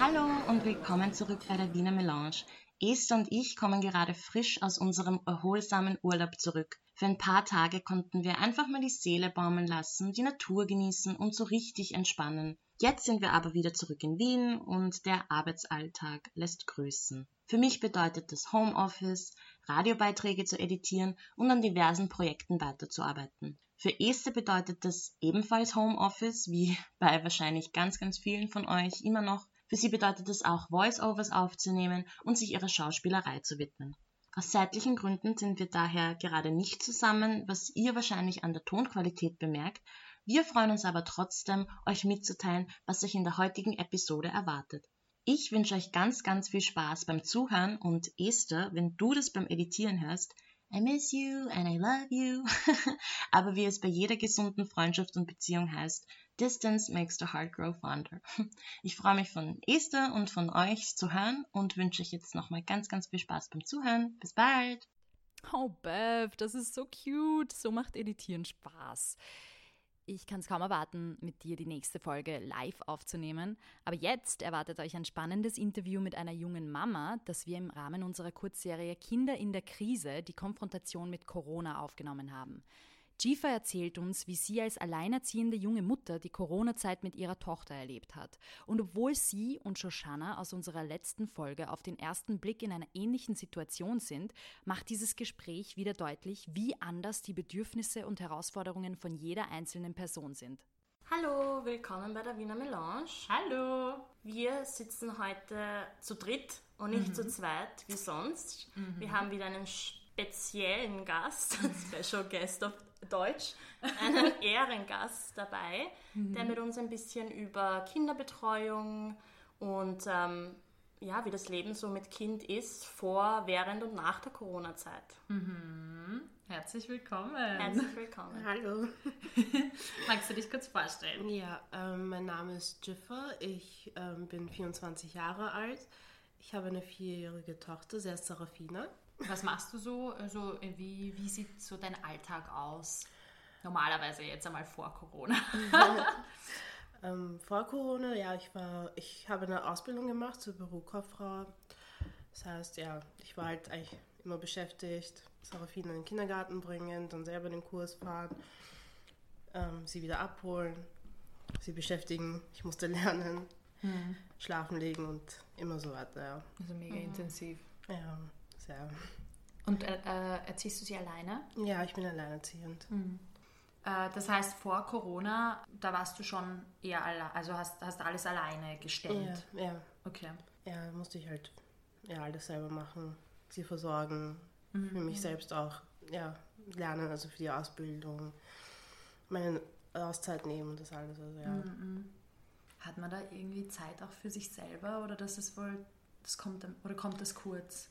Hallo und willkommen zurück bei der Wiener Melange. Esther und ich kommen gerade frisch aus unserem erholsamen Urlaub zurück. Für ein paar Tage konnten wir einfach mal die Seele baumeln lassen, die Natur genießen und so richtig entspannen. Jetzt sind wir aber wieder zurück in Wien und der Arbeitsalltag lässt grüßen. Für mich bedeutet das Homeoffice, Radiobeiträge zu editieren und an diversen Projekten weiterzuarbeiten. Für Esther bedeutet das ebenfalls Homeoffice, wie bei wahrscheinlich ganz vielen von euch immer noch. Für sie bedeutet es auch, Voice-Overs aufzunehmen und sich ihrer Schauspielerei zu widmen. Aus zeitlichen Gründen sind wir daher gerade nicht zusammen, was ihr wahrscheinlich an der Tonqualität bemerkt. Wir freuen uns aber trotzdem, euch mitzuteilen, was euch in der heutigen Episode erwartet. Ich wünsche euch ganz viel Spaß beim Zuhören und Esther, wenn du das beim Editieren hörst, I miss you and I love you. Aber wie es bei jeder gesunden Freundschaft und Beziehung heißt, Distance makes the heart grow fonder. Ich freue mich von Esther und von euch zu hören und wünsche euch jetzt nochmal ganz viel Spaß beim Zuhören. Bis bald! Oh, Bev, das ist so cute. So macht Editieren Spaß. Ich kann es kaum erwarten, mit dir die nächste Folge live aufzunehmen. Aber jetzt erwartet euch ein spannendes Interview mit einer jungen Mama, das wir im Rahmen unserer Kurzserie Kinder in der Krise, die Konfrontation mit Corona aufgenommen haben. Jifa erzählt uns, wie sie als alleinerziehende junge Mutter die Corona-Zeit mit ihrer Tochter erlebt hat. Und obwohl sie und Shoshana aus unserer letzten Folge auf den ersten Blick in einer ähnlichen Situation sind, macht dieses Gespräch wieder deutlich, wie anders die Bedürfnisse und Herausforderungen von jeder einzelnen Person sind. Hallo, willkommen bei der Wiener Melange. Hallo! Wir sitzen heute zu dritt und nicht zu zweit wie sonst. Wir haben wieder einen speziellen Gast, Special Guest auf Deutsch, einen Ehrengast dabei, der mit uns ein bisschen über Kinderbetreuung und wie das Leben so mit Kind ist, vor, während und nach der Corona-Zeit. Herzlich willkommen. Herzlich willkommen. Hallo. Magst du dich kurz vorstellen? Ja, mein Name ist Jifa, ich bin 24 Jahre alt. Ich habe eine 4-jährige Tochter, sie heißt Sarafina. Was machst du so? Also, wie sieht so dein Alltag aus? Normalerweise jetzt einmal vor Corona. Vor Corona, ja, ich habe eine Ausbildung gemacht zur Bürokauffrau. Das heißt, ja, ich war halt eigentlich immer beschäftigt, Sarafina in den Kindergarten bringen, dann selber den Kurs fahren, sie wieder abholen, sie beschäftigen. Ich musste lernen, schlafen legen und immer so weiter, ja. Also mega intensiv. Ja, sehr. Und erziehst du sie alleine? Ja, ich bin alleinerziehend. Das heißt, vor Corona, da warst du schon eher also hast alles alleine gestemmt? Ja. Okay. Ja, musste ich halt alles selber machen, sie versorgen, für mich selbst auch lernen, also für die Ausbildung, meine Auszeit nehmen und das alles. Also, ja. Hat man da irgendwie Zeit auch für sich selber oder kommt das kurz?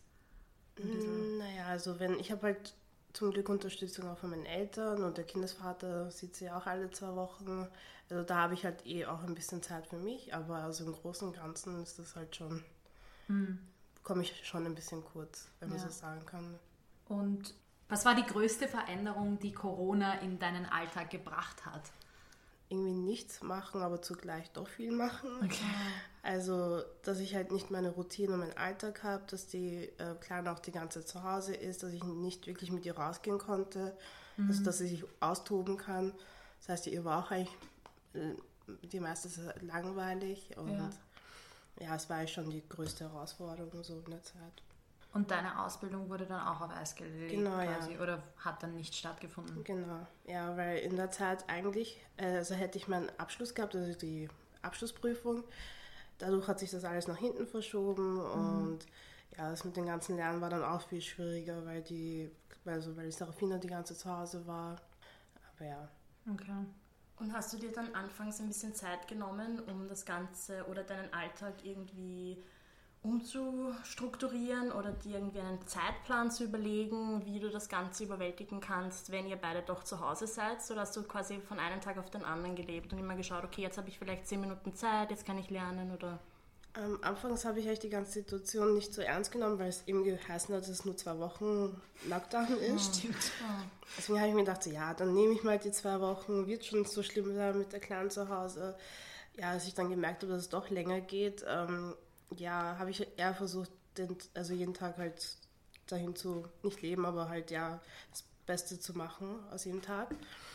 Naja, also ich habe halt zum Glück Unterstützung auch von meinen Eltern und der Kindesvater sieht sie auch alle 2 Wochen. Also da habe ich halt auch ein bisschen Zeit für mich, aber also im Großen und Ganzen ist das halt schon, komme ich schon ein bisschen kurz, wenn man so sagen kann. Und was war die größte Veränderung, die Corona in deinen Alltag gebracht hat? Irgendwie nichts machen, aber zugleich doch viel machen. Okay. Also, dass ich halt nicht meine Routine und meinen Alltag habe, dass die Kleine auch die ganze Zeit zu Hause ist, dass ich nicht wirklich mit ihr rausgehen konnte, also dass sie sich austoben kann. Das heißt, ihr war auch eigentlich die meiste Zeit langweilig und es war eigentlich schon die größte Herausforderung so in der Zeit. Und deine Ausbildung wurde dann auch auf Eis gelegt quasi, oder hat dann nicht stattgefunden? Genau, ja, weil in der Zeit eigentlich, also hätte ich meinen Abschluss gehabt, also die Abschlussprüfung, dadurch hat sich das alles nach hinten verschoben und das mit dem ganzen Lernen war dann auch viel schwieriger, weil die Sarafina die ganze Zeit zu Hause war, aber ja. Okay. Und hast du dir dann anfangs ein bisschen Zeit genommen, um das Ganze oder deinen Alltag irgendwie umzustrukturieren oder dir irgendwie einen Zeitplan zu überlegen, wie du das Ganze überwältigen kannst, wenn ihr beide doch zu Hause seid? Oder hast du quasi von einem Tag auf den anderen gelebt und immer geschaut, okay, jetzt habe ich vielleicht 10 Minuten Zeit, jetzt kann ich lernen oder... Anfangs habe ich eigentlich die ganze Situation nicht so ernst genommen, weil es eben geheißen hat, dass es nur 2 Wochen Lockdown ist. Stimmt. Deswegen habe ich mir gedacht, so, ja, dann nehme ich mal die 2 Wochen, wird schon so schlimm sein mit der Kleinen zu Hause. Ja, als ich dann gemerkt habe, dass es doch länger geht, ja, habe ich eher versucht, also jeden Tag halt dahin zu, nicht leben, aber halt ja, das Beste zu machen aus jedem Tag.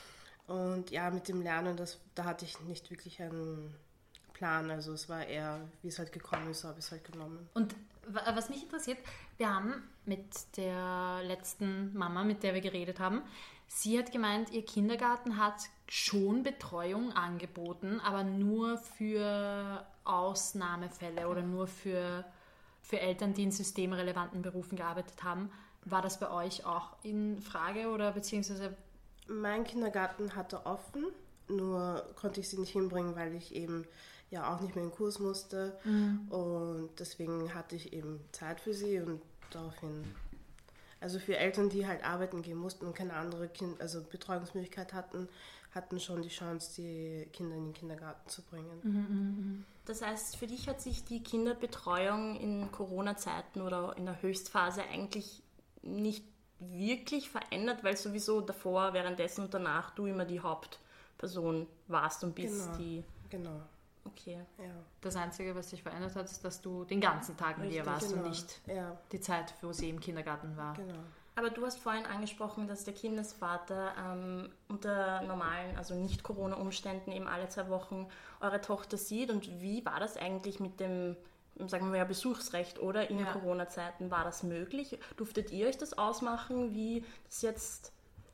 Und ja, mit dem Lernen, da hatte ich nicht wirklich einen Plan. Also es war eher, wie es halt gekommen ist, so habe ich es halt genommen. Und was mich interessiert, wir haben mit der letzten Mama, mit der wir geredet haben, sie hat gemeint, ihr Kindergarten hat schon Betreuung angeboten, aber nur für Ausnahmefälle oder nur für Eltern, die in systemrelevanten Berufen gearbeitet haben. War das bei euch auch in Frage oder beziehungsweise? Mein Kindergarten hatte offen, nur konnte ich sie nicht hinbringen, weil ich eben ja auch nicht mehr in den Kurs musste. Und deswegen hatte ich eben Zeit für sie und daraufhin. Also für Eltern, die halt arbeiten gehen mussten und keine andere Betreuungsmöglichkeit hatten schon die Chance, die Kinder in den Kindergarten zu bringen. Das heißt, für dich hat sich die Kinderbetreuung in Corona-Zeiten oder in der Höchstphase eigentlich nicht wirklich verändert, weil sowieso davor, währenddessen und danach du immer die Hauptperson warst und bist. Genau. Okay. Ja. Das Einzige, was sich verändert hat, ist, dass du den ganzen Tag mit ihr warst und nicht die Zeit, wo sie im Kindergarten war. Genau. Aber du hast vorhin angesprochen, dass der Kindesvater unter normalen, also nicht Corona-Umständen eben alle 2 Wochen eure Tochter sieht. Und wie war das eigentlich mit dem, sagen wir ja, Besuchsrecht oder in Corona-Zeiten? War das möglich? Durftet ihr euch das ausmachen, wie das jetzt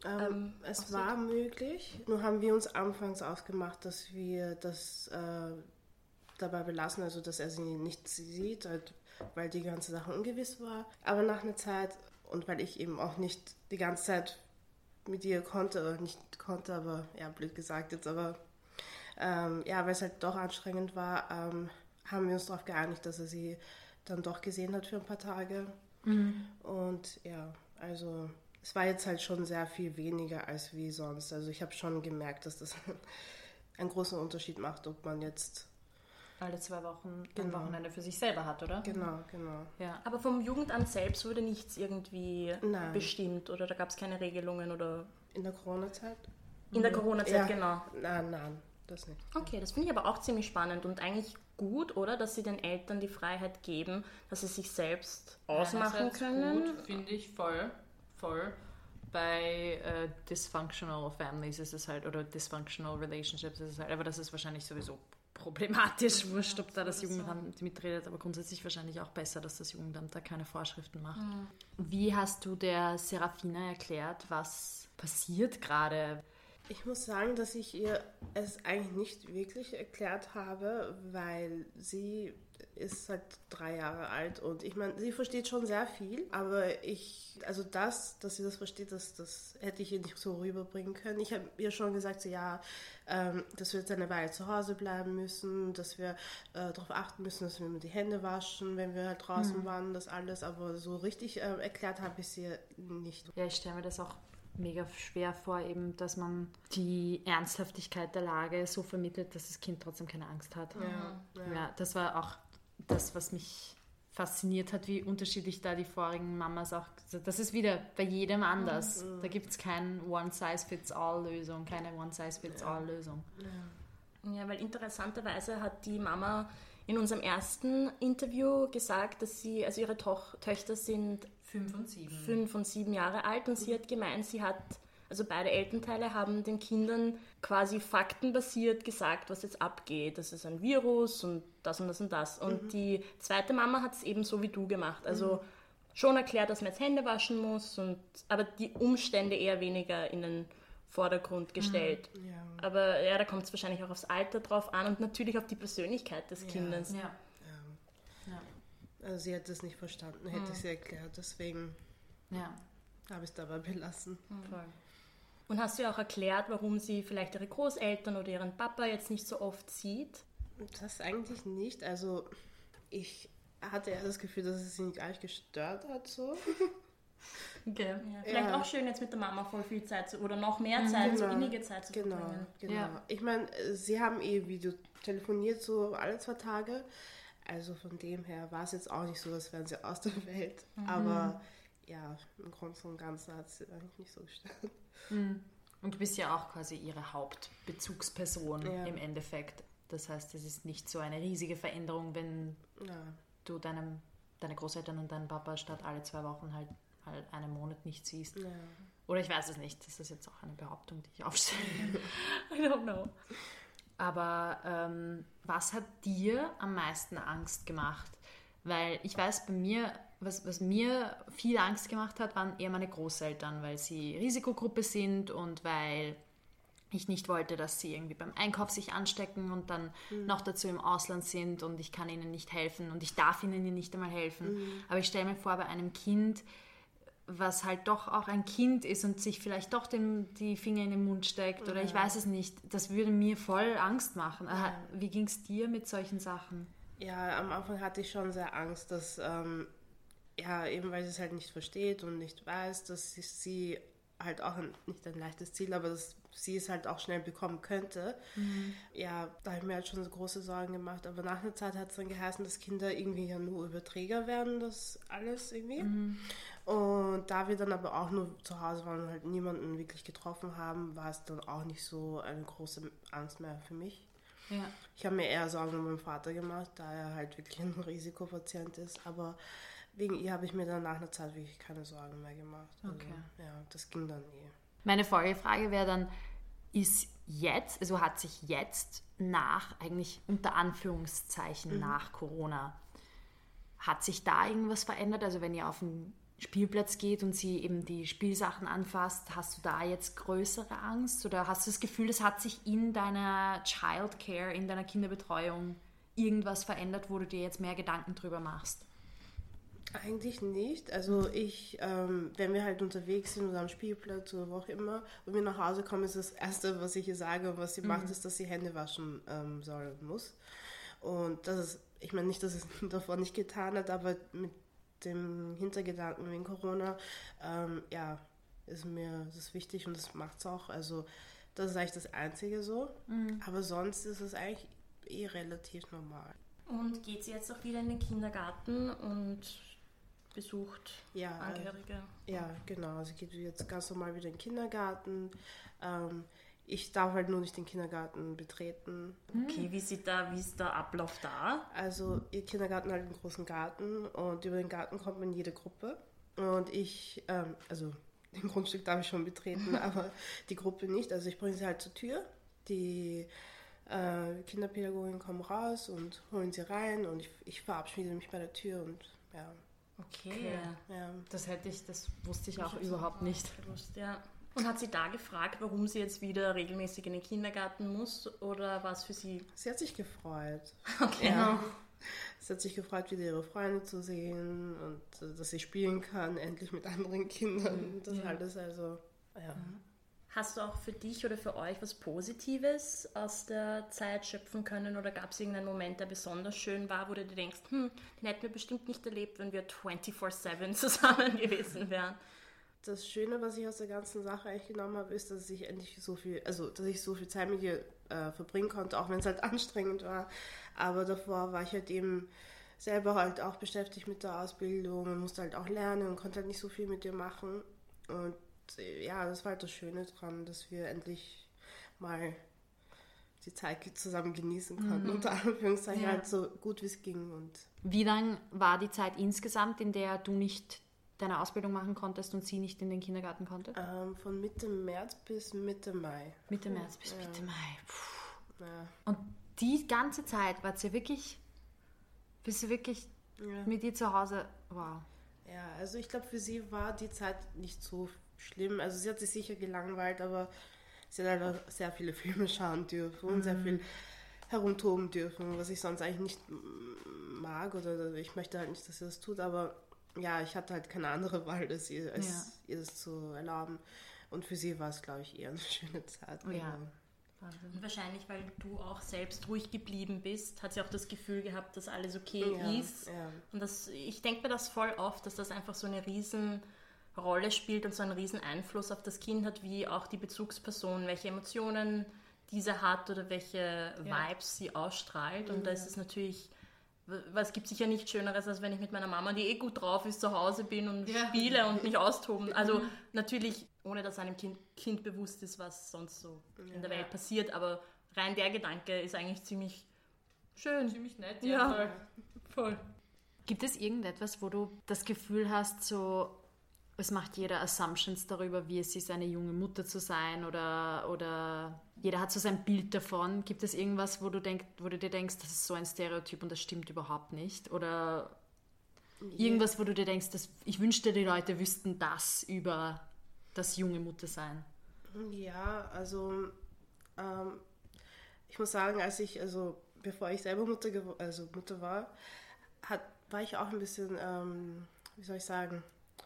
es war möglich, nur haben wir uns anfangs ausgemacht, dass wir das dabei belassen, also dass er sie nicht sieht, halt, weil die ganze Sache ungewiss war. Aber nach einer Zeit, und weil ich eben auch nicht die ganze Zeit mit ihr aber ja, blöd gesagt jetzt, aber ja, weil es halt doch anstrengend war, haben wir uns darauf geeinigt, dass er sie dann doch gesehen hat für ein paar Tage. Und ja, also es war jetzt halt schon sehr viel weniger als wie sonst. Also ich habe schon gemerkt, dass das einen großen Unterschied macht, ob man jetzt alle 2 Wochen ein Wochenende für sich selber hat, oder? Genau. Ja. Aber vom Jugendamt selbst wurde nichts irgendwie bestimmt oder da gab es keine Regelungen oder... In der Corona-Zeit? In der Corona-Zeit, genau. Nein, das nicht. Okay, das finde ich aber auch ziemlich spannend und eigentlich gut, oder? Dass sie den Eltern die Freiheit geben, dass sie sich selbst ausmachen können. Gut, finde ich voll. Bei dysfunctional families ist es halt, oder dysfunctional relationships ist es halt, aber das ist wahrscheinlich sowieso problematisch, wurscht, ob da das Jugendamt mitredet, aber grundsätzlich wahrscheinlich auch besser, dass das Jugendamt da keine Vorschriften macht. Wie hast du der Serafina erklärt, was passiert gerade? Ich muss sagen, dass ich ihr es eigentlich nicht wirklich erklärt habe, weil sie ist halt 3 Jahre alt und ich meine, sie versteht schon sehr viel, aber dass sie das versteht, das hätte ich ihr nicht so rüberbringen können. Ich habe ihr schon gesagt, so, ja, dass wir jetzt eine Weile zu Hause bleiben müssen, dass wir darauf achten müssen, dass wir immer die Hände waschen, wenn wir halt draußen waren, das alles, aber so richtig erklärt habe ich sie nicht. Ja, ich stelle mir das auch mega schwer vor, eben, dass man die Ernsthaftigkeit der Lage so vermittelt, dass das Kind trotzdem keine Angst hat. Ja, das war auch das, was mich fasziniert hat, wie unterschiedlich da die vorigen Mamas auch, das ist wieder bei jedem anders. Da gibt es keine One-Size-Fits-All-Lösung, Ja, weil interessanterweise hat die Mama in unserem ersten Interview gesagt, dass also ihre Töchter sind 5 und 7 Jahre alt und sie hat gemeint, also beide Elternteile haben den Kindern quasi faktenbasiert gesagt, was jetzt abgeht. Das ist ein Virus und das und das und das. Und die zweite Mama hat es eben so wie du gemacht. Also schon erklärt, dass man jetzt Hände waschen muss, aber die Umstände eher weniger in den Vordergrund gestellt. Ja. Aber ja, da kommt es wahrscheinlich auch aufs Alter drauf an und natürlich auf die Persönlichkeit des Kindes. Ja. Also sie hat das nicht verstanden, hätte ich sie erklärt, deswegen habe ich es dabei belassen. Voll. Und hast du ja auch erklärt, warum sie vielleicht ihre Großeltern oder ihren Papa jetzt nicht so oft sieht? Das eigentlich nicht. Also ich hatte ja das Gefühl, dass es sie gar nicht gestört hat. So. Okay. Ja. Vielleicht auch schön jetzt mit der Mama voll viel Zeit oder noch mehr Zeit, so innige Zeit zu verbringen. Genau. Ja. Ich meine, sie haben Video telefoniert so alle 2 Tage. Also von dem her war es jetzt auch nicht so, als wären sie aus der Welt. Aber ja, im Großen und Ganzen hat es sie eigentlich nicht so gestört. Und du bist ja auch quasi ihre Hauptbezugsperson im Endeffekt. Das heißt, es ist nicht so eine riesige Veränderung, wenn du deine Großeltern und deinen Papa statt alle 2 Wochen halt einen Monat nicht siehst. Ja. Oder ich weiß es nicht, das ist jetzt auch eine Behauptung, die ich aufstelle. I don't know. Aber was hat dir am meisten Angst gemacht? Weil ich weiß, bei mir, was mir viel Angst gemacht hat, waren eher meine Großeltern, weil sie Risikogruppe sind und weil ich nicht wollte, dass sie irgendwie beim Einkauf sich anstecken und dann noch dazu im Ausland sind und ich kann ihnen nicht helfen und ich darf ihnen nicht einmal helfen. Aber ich stelle mir vor, bei einem Kind, was halt doch auch ein Kind ist und sich vielleicht doch die Finger in den Mund steckt oder ich weiß es nicht, das würde mir voll Angst machen. Wie ging es dir mit solchen Sachen? Ja, am Anfang hatte ich schon sehr Angst, dass, eben weil sie es halt nicht versteht und nicht weiß, dass sie halt auch nicht ein leichtes Ziel, aber dass sie es halt auch schnell bekommen könnte. Ja, da habe ich mir halt schon so große Sorgen gemacht, aber nach einer Zeit hat es dann geheißen, dass Kinder irgendwie ja nur Überträger werden, das alles irgendwie. Und da wir dann aber auch nur zu Hause waren und halt niemanden wirklich getroffen haben, war es dann auch nicht so eine große Angst mehr für mich. Ja. Ich habe mir eher Sorgen um meinen Vater gemacht, da er halt wirklich ein Risikopatient ist, aber wegen ihr habe ich mir dann nach einer Zeit wirklich keine Sorgen mehr gemacht. Also, ja, das ging dann eh. Meine Folgefrage wäre dann, hat sich jetzt eigentlich unter Anführungszeichen nach Corona, hat sich da irgendwas verändert? Also wenn ihr auf den Spielplatz geht und sie eben die Spielsachen anfasst, hast du da jetzt größere Angst oder hast du das Gefühl, es hat sich in deiner Childcare, in deiner Kinderbetreuung irgendwas verändert, wo du dir jetzt mehr Gedanken drüber machst? Eigentlich nicht. Also wenn wir halt unterwegs sind oder am Spielplatz oder wo auch immer und wir nach Hause kommen, ist das Erste, was ich ihr sage und was sie macht, ist, dass sie Hände waschen soll und muss. Und das ist, ich meine nicht, dass es davor nicht getan hat, aber mit dem Hintergedanken wegen Corona, ist mir das wichtig und das macht es auch. Also das ist eigentlich das Einzige so. Aber sonst ist es eigentlich relativ normal. Und geht sie jetzt auch wieder in den Kindergarten und besucht Angehörige? Ja, genau. Sie geht jetzt ganz normal wieder in den Kindergarten. Ich darf halt nur nicht den Kindergarten betreten. Okay, wie ist der Ablauf da? Also ihr Kindergarten hat einen großen Garten und über den Garten kommt man in jede Gruppe. Und ich, den Grundstück darf ich schon betreten, aber die Gruppe nicht. Also ich bringe sie halt zur Tür. Die Kinderpädagogin kommen raus und holen sie rein und ich verabschiede mich bei der Tür und ja. Okay. Ja. Das wusste ich auch überhaupt nicht. Gewusst, ja. Und hat sie da gefragt, warum sie jetzt wieder regelmäßig in den Kindergarten muss oder war es für sie? Sie hat sich gefreut. Okay. Ja. Sie hat sich gefreut, wieder ihre Freunde zu sehen und dass sie spielen kann, endlich mit anderen Kindern. Das alles, also, ja. Hast du auch für dich oder für euch was Positives aus der Zeit schöpfen können oder gab es irgendeinen Moment, der besonders schön war, wo du dir denkst, den hätten wir bestimmt nicht erlebt, wenn wir 24/7 zusammen gewesen wären? Das Schöne, was ich aus der ganzen Sache eigentlich genommen habe, ist, dass ich endlich dass ich so viel Zeit mit ihr verbringen konnte, auch wenn es halt anstrengend war. Aber davor war ich halt eben selber halt auch beschäftigt mit der Ausbildung und musste halt auch lernen und konnte halt nicht so viel mit ihr machen. Und ja, das war halt das Schöne dran, dass wir endlich mal die Zeit zusammen genießen konnten, unter Anführungszeichen halt so gut wie es ging. Und wie lang war die Zeit insgesamt, in der du nicht deine Ausbildung machen konntest und sie nicht in den Kindergarten konnte? Von Mitte März bis Mitte Mai. Mitte März bis Mitte Mai. Puh. Ja. Und die ganze Zeit bist du wirklich mit ihr zu Hause? Wow. Ja, also ich glaube, für sie war die Zeit nicht so schlimm. Also sie hat sich sicher gelangweilt, aber sie hat halt auch sehr viele Filme schauen dürfen und sehr viel herumtoben dürfen, was ich sonst eigentlich nicht mag oder ich möchte halt nicht, dass sie das tut, aber ja, ich hatte halt keine andere Wahl, als ihr das zu erlauben. Und für sie war es, glaube ich, eher eine schöne Zeit. Ja. Und wahrscheinlich, weil du auch selbst ruhig geblieben bist, hat sie auch das Gefühl gehabt, dass alles okay ist. Ja. Und ich denke mir das voll oft, dass das einfach so eine Riesenrolle spielt und so einen riesen Einfluss auf das Kind hat, wie auch die Bezugsperson, welche Emotionen diese hat oder welche Vibes sie ausstrahlt. Und da ist es natürlich... Was gibt sicher nichts Schöneres, als wenn ich mit meiner Mama, die gut drauf ist, zu Hause bin und spiele und mich austoben. Also natürlich, ohne dass einem Kind bewusst ist, was sonst so in der Welt passiert, aber rein der Gedanke ist eigentlich ziemlich schön. Ziemlich nett, ja. Voll. Gibt es irgendetwas, wo du das Gefühl hast, so es macht jeder Assumptions darüber, wie es ist, eine junge Mutter zu sein oder jeder hat so sein Bild davon. Gibt es irgendwas, wo du dir denkst, das ist so ein Stereotyp und das stimmt überhaupt nicht? Oder irgendwas, wo du dir denkst, ich wünschte, die Leute wüssten das über das junge Muttersein? Ja, also ich muss sagen, bevor ich selber Mutter war, war ich auch ein bisschen, wie soll ich sagen,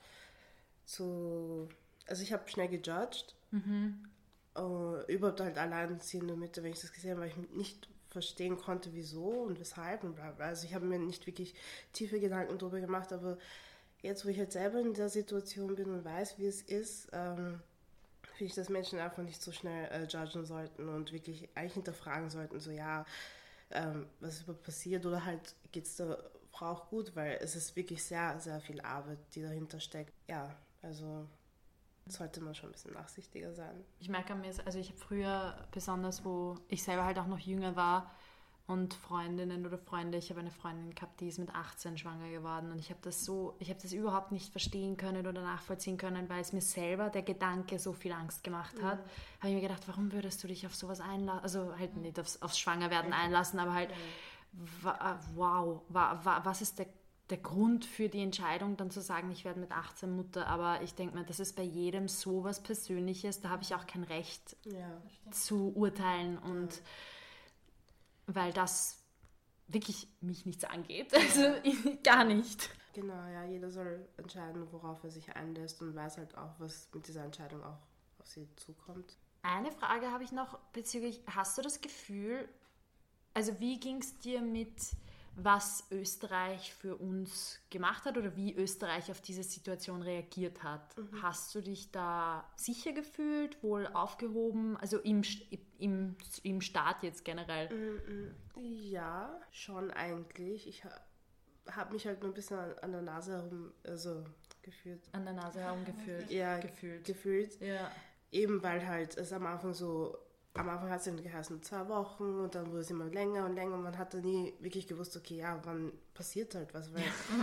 also ich habe schnell gejudged. Überhaupt halt alleinerziehende Mütter, wenn ich das gesehen habe, weil ich nicht verstehen konnte, wieso und weshalb und bla bla. Also ich habe mir nicht wirklich tiefe Gedanken darüber gemacht, aber jetzt, wo ich halt selber in der Situation bin und weiß, wie es ist, finde ich, dass Menschen einfach nicht so schnell judgen sollten und wirklich eigentlich hinterfragen sollten, so ja, was ist überhaupt passiert oder halt geht es der Frau auch gut, weil es ist wirklich sehr, sehr viel Arbeit, die dahinter steckt. Ja, also sollte man schon ein bisschen nachsichtiger sein. Ich merke an mir, also ich habe früher, besonders wo ich selber halt auch noch jünger war und Freundinnen oder Freunde, ich habe eine Freundin gehabt, die ist mit 18 schwanger geworden und ich habe das überhaupt nicht verstehen können oder nachvollziehen können, weil es mir selber der Gedanke so viel Angst gemacht hat. Habe ich mir gedacht, warum würdest du dich auf sowas einlassen, also halt nicht aufs Schwangerwerden einlassen, aber halt wow, was ist der Grund für die Entscheidung, dann zu sagen, ich werde mit 18 Mutter, aber ich denke mir, das ist bei jedem so was Persönliches, da habe ich auch kein Recht zu urteilen und weil das wirklich mich nichts angeht, also gar nicht. Genau, ja, jeder soll entscheiden, worauf er sich einlässt und weiß halt auch, was mit dieser Entscheidung auch auf sie zukommt. Eine Frage habe ich noch bezüglich, hast du das Gefühl, also wie ging es dir mit, was Österreich für uns gemacht hat oder wie Österreich auf diese Situation reagiert hat? Hast du dich da sicher gefühlt, wohl aufgehoben, also im Staat jetzt generell? Ja, schon eigentlich. Ich habe mich halt nur ein bisschen an der Nase herum gefühlt. An der Nase herum gefühlt? Ja, gefühlt. Ja. Eben weil halt es am Anfang hat es dann geheißen 2 Wochen und dann wurde es immer länger und länger und man hatte nie wirklich gewusst, okay, ja, wann passiert halt was, weil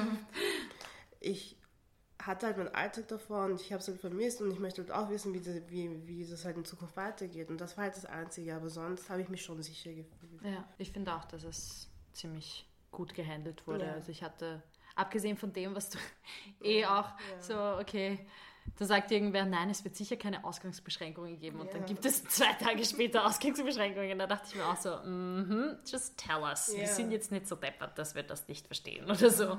ich hatte halt meinen Alltag davor und ich habe es halt vermisst und ich möchte halt auch wissen, wie das halt in Zukunft weitergeht und das war halt das Einzige, aber sonst habe ich mich schon sicher gefühlt. Ja, ich finde auch, dass es ziemlich gut gehandelt wurde, Ja. also ich hatte, abgesehen von dem, was du so, okay, da sagt irgendwer, nein, es wird sicher keine Ausgangsbeschränkungen geben und dann gibt es 2 Tage später Ausgangsbeschränkungen. Da dachte ich mir auch so, just tell us. Wir sind jetzt nicht so deppert, dass wir das nicht verstehen oder so.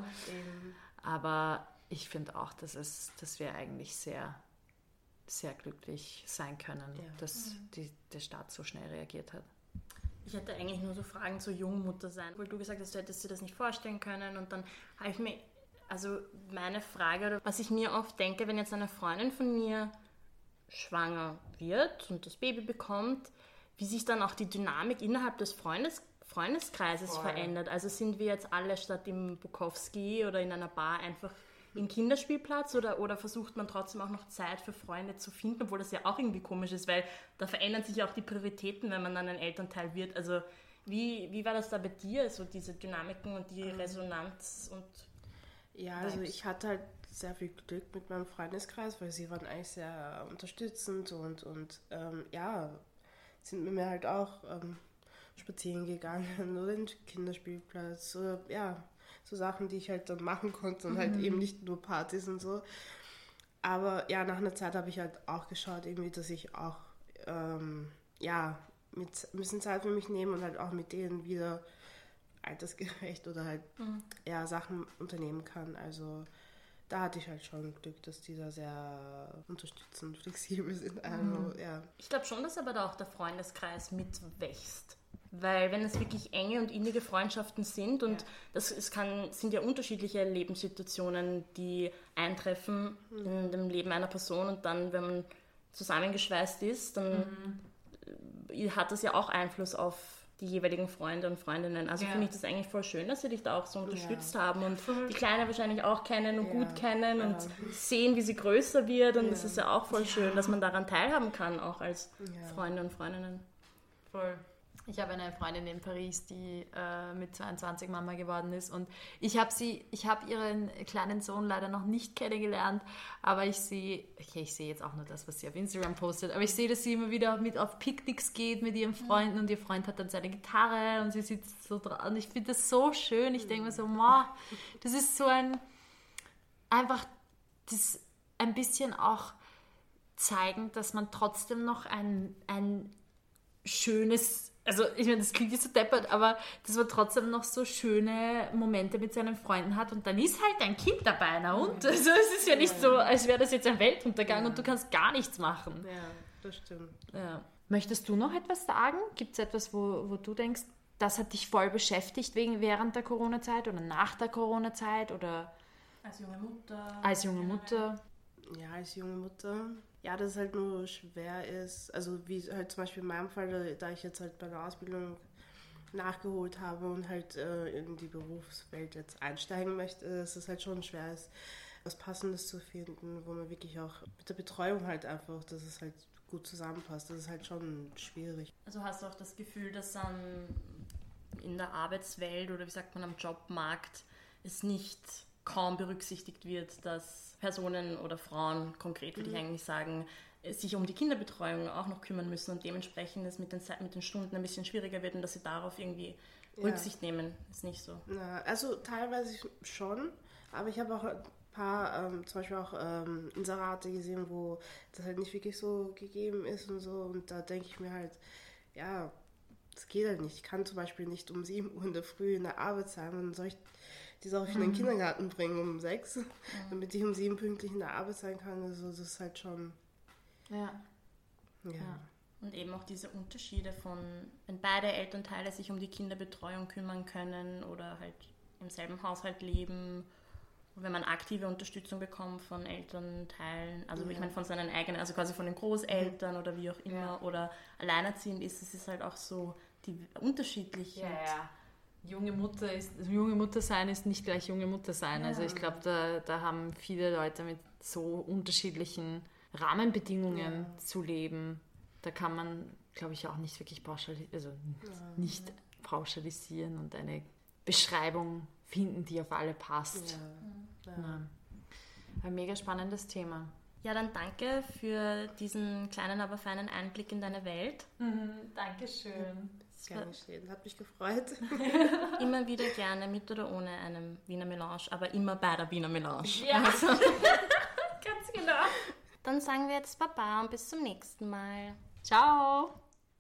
Aber ich finde auch, dass wir eigentlich sehr, sehr glücklich sein können, dass der Staat so schnell reagiert hat. Ich hätte eigentlich nur so Fragen zur Jungmutter sein, weil du gesagt hast, du hättest dir das nicht vorstellen können und dann habe ich mir, also meine Frage, oder was ich mir oft denke, wenn jetzt eine Freundin von mir schwanger wird und das Baby bekommt, wie sich dann auch die Dynamik innerhalb des Freundeskreises verändert. Also sind wir jetzt alle statt im Bukowski oder in einer Bar einfach im Kinderspielplatz oder versucht man trotzdem auch noch Zeit für Freunde zu finden, obwohl das ja auch irgendwie komisch ist, weil da verändern sich ja auch die Prioritäten, wenn man dann ein Elternteil wird. Also wie war das da bei dir, so diese Dynamiken und die Resonanz und Ja, also ich hatte halt sehr viel Glück mit meinem Freundeskreis, weil sie waren eigentlich sehr unterstützend und sind mit mir halt auch spazieren gegangen oder in den Kinderspielplatz oder so Sachen, die ich halt dann machen konnte und halt eben nicht nur Partys und so. Aber ja, nach einer Zeit habe ich halt auch geschaut, irgendwie, dass ich auch mit ein bisschen Zeit für mich nehme und halt auch mit denen wieder altersgerecht oder halt Sachen unternehmen kann. Also da hatte ich halt schon Glück, dass die da sehr unterstützend, flexibel sind. Also, Ich glaube schon, dass aber da auch der Freundeskreis mitwächst. Weil wenn es wirklich enge und innige Freundschaften sind und sind ja unterschiedliche Lebenssituationen, die eintreffen in dem Leben einer Person und dann, wenn man zusammengeschweißt ist, dann hat das ja auch Einfluss auf die jeweiligen Freunde und Freundinnen. Also finde ich das eigentlich voll schön, dass sie dich da auch so unterstützt haben und die Kleine wahrscheinlich auch kennen und gut kennen und sehen, wie sie größer wird und es ist ja auch voll schön, dass man daran teilhaben kann, auch als Freunde und Freundinnen. Voll. Ich habe eine Freundin in Paris, die mit 22 Mama geworden ist und ich habe ihren kleinen Sohn leider noch nicht kennengelernt, aber ich sehe jetzt auch nur das, was sie auf Instagram postet, aber ich sehe, dass sie immer wieder mit auf Picknicks geht mit ihren Freunden und ihr Freund hat dann seine Gitarre und sie sitzt so dran und ich finde das so schön. Ich denke mir so, das ist so einfach das ein bisschen auch zeigen, dass man trotzdem noch ein schönes, also ich meine, das klingt nicht so deppert, aber dass man trotzdem noch so schöne Momente mit seinen Freunden hat und dann ist halt ein Kind dabei, na und? Also es ist ja nicht so, als wäre das jetzt ein Weltuntergang und du kannst gar nichts machen. Ja, das stimmt. Ja. Möchtest du noch etwas sagen? Gibt es etwas, wo du denkst, das hat dich voll beschäftigt während der Corona-Zeit oder nach der Corona-Zeit oder als junge Mutter? Als junge Mutter. Ja, als junge Mutter. Ja, dass es halt nur schwer ist, also wie halt zum Beispiel in meinem Fall, da ich jetzt halt bei der Ausbildung nachgeholt habe und halt in die Berufswelt jetzt einsteigen möchte, dass es halt schon schwer ist, was Passendes zu finden, wo man wirklich auch mit der Betreuung halt einfach, dass es halt gut zusammenpasst. Das ist halt schon schwierig. Also hast du auch das Gefühl, dass in der Arbeitswelt oder wie sagt man am Jobmarkt es nicht kaum berücksichtigt wird, dass Personen oder Frauen, konkret würde ich eigentlich sagen, sich um die Kinderbetreuung auch noch kümmern müssen und dementsprechend es mit den Stunden ein bisschen schwieriger wird und dass sie darauf irgendwie Rücksicht nehmen. Ist nicht so. Na, also teilweise schon, aber ich habe auch ein paar, zum Beispiel auch Inserate gesehen, wo das halt nicht wirklich so gegeben ist und so und da denke ich mir halt, ja, das geht halt nicht. Ich kann zum Beispiel nicht um 7 Uhr in der Früh in der Arbeit sein, dann soll ich die soll ich in den Kindergarten bringen um 6, damit ich um 7 pünktlich in der Arbeit sein kann. Also das ist halt schon... Ja. Und eben auch diese Unterschiede von, wenn beide Elternteile sich um die Kinderbetreuung kümmern können oder halt im selben Haushalt leben, und wenn man aktive Unterstützung bekommt von Elternteilen, also ich meine von seinen eigenen, also quasi von den Großeltern oder wie auch immer, oder alleinerziehend ist, es ist halt auch so unterschiedlich. Ja. Junge Mutter sein ist nicht gleich junge Mutter sein. Ja. Also ich glaube, da haben viele Leute mit so unterschiedlichen Rahmenbedingungen zu leben. Da kann man, glaube ich, auch nicht wirklich pauschalisieren und eine Beschreibung finden, die auf alle passt. Ja. Ein mega spannendes Thema. Ja, dann danke für diesen kleinen, aber feinen Einblick in deine Welt. Dankeschön. Gerne geschehen, hat mich gefreut. Immer wieder gerne, mit oder ohne einem Wiener Melange, aber immer bei der Wiener Melange. Ja, also. Ganz genau. Dann sagen wir jetzt Baba und bis zum nächsten Mal. Ciao.